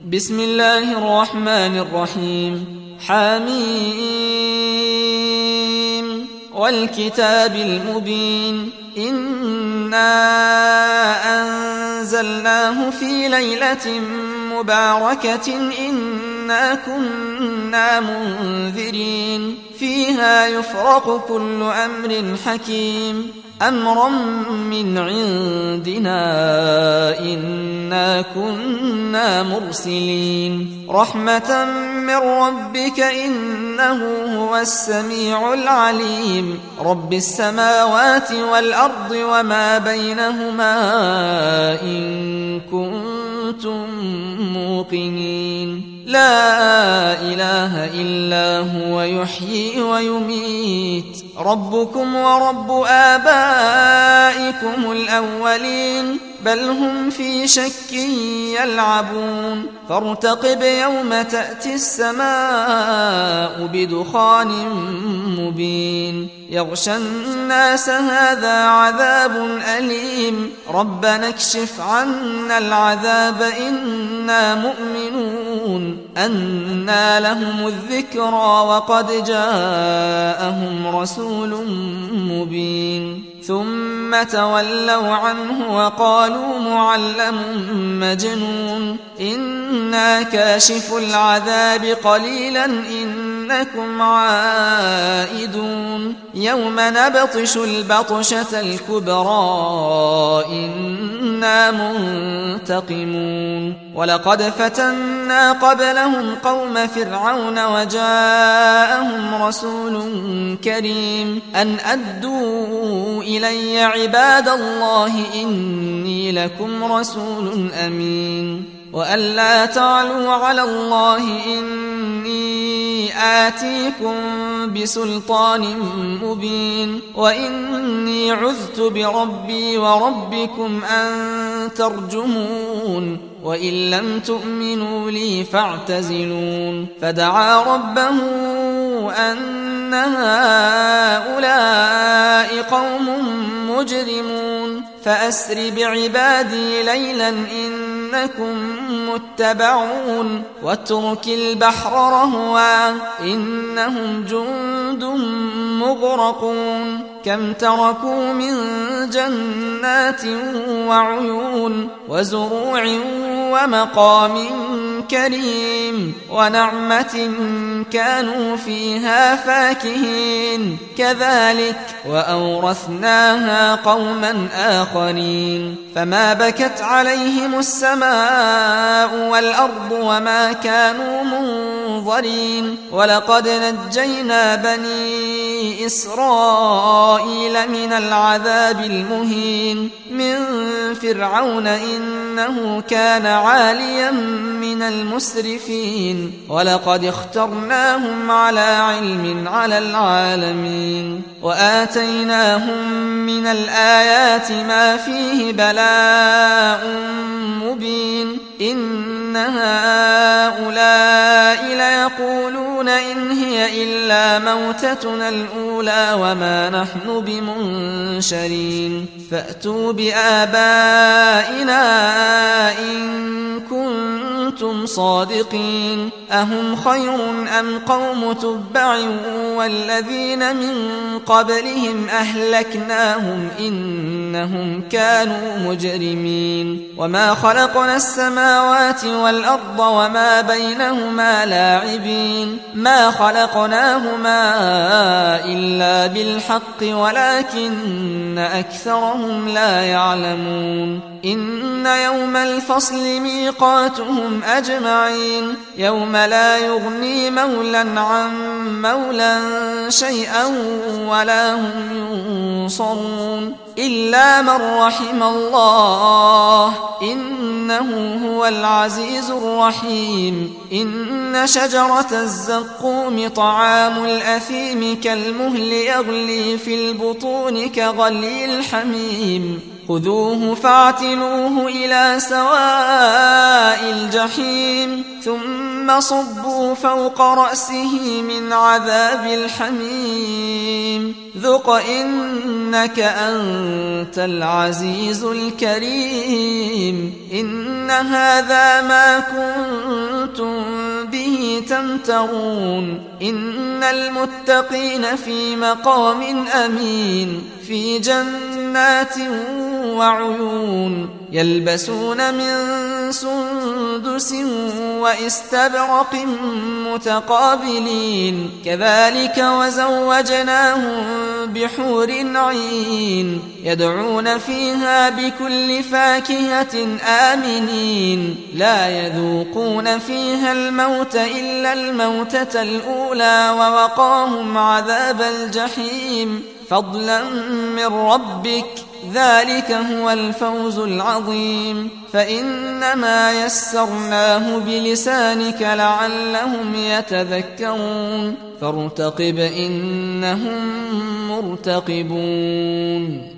بسم الله الرحمن الرحيم. حميم والكتاب المبين. إنا أنزلناه في ليلة مباركة إنا كنا منذرين فيها يفرق كل أمر حكيم أمرا من عندنا إنا كنا مرسلين رحمة من ربك إنه هو السميع العليم رب السماوات والأرض وما بينهما إن كنتم موقنين لا إله إلا هو يحيي ويميت ربكم ورب آبائكم الأولين بل هم في شك يلعبون فارتقب يوم تأتي السماء بدخان مبين يغشى الناس هذا عذاب أليم ربنا اكشف عنا العذاب إنا مؤمنون أنى لهم الذكرى وقد جاءهم رسول مبين ثم تولوا عنه وقالوا معلم مجنون إنا كاشف العذاب قليلا إنكم عائدون يوم نبطش البطشة الكبرى إنا منتقمون ولقد فتنا قبلهم قوم فرعون وجاءهم رسول كريم أن أدوا إلي عباد الله إني لكم رسول أمين وأن لا تعلوا على الله إني آتيكم بسلطان مبين وإني عذت بربي وربكم أن ترجمون وإن لم تؤمنوا لي فاعتزلون فدعا ربه أن هؤلاء قوم مجرمون فأسر بعبادي ليلا إنكم متبعون واترك البحر رهوا إنهم جند مغرقون كم تركوا من جنات وعيون وزروع ومقام كريم ونعمة كانوا فيها فاكهين كذلك وأورثناها قوما آخرين فما بكت عليهم السماء والأرض وما كانوا منظرين ولقد نجينا بني إسرائيل من العذاب المهين من فرعون إنه كان عاليا من المسرفين ولقد اخترناهم على علم على العالمين وآتيناهم من الآيات ما فيه بلاء مبين إن هؤلاء ليقولون إن هي إلا موتتنا الأولى وما نحن بمنشرين فأتوا بآبائنا إن كنتم صادقين أهم خير أم قوم تبع والذين من قبلهم أهلكناهم إنهم كانوا مجرمين وما خلقنا السماوات والأرض وما بينهما لاعبين ما خلقناهما إلا بالحق ولكن أكثرهم لا يعلمون إن يوم الفصل ميقاتهم أجمعين يوم لا يغني مولا عن مولا شيئا ولا هم ينصرون إلا من رحم الله إنه هو العزيز الرحيم إن شجرة الزقوم طعام الأثيم كالمهل يغلي في البطون كغلي الحميم خذوه فاعتلوه إلى سواء الجحيم ثم صبوا فوق رأسه من عذاب الحميم ذق إنك أنت العزيز الكريم إن هذا ما كنت تمترون إن المتقين في مقام أمين في جنات وعيون يلبسون من سندس واستبرق متقابلين كذلك وزوجناهم بحور عين يدعون فيها بكل فاكهة آمنين لا يذوقون فيها الموت إلا الموتة الأولى ووقاهم عذاب الجحيم فضلا من ربك ذلك هو الفوز العظيم فإنما يسرناه بلسانك لعلهم يتذكرون فارتقب إنهم مرتقبون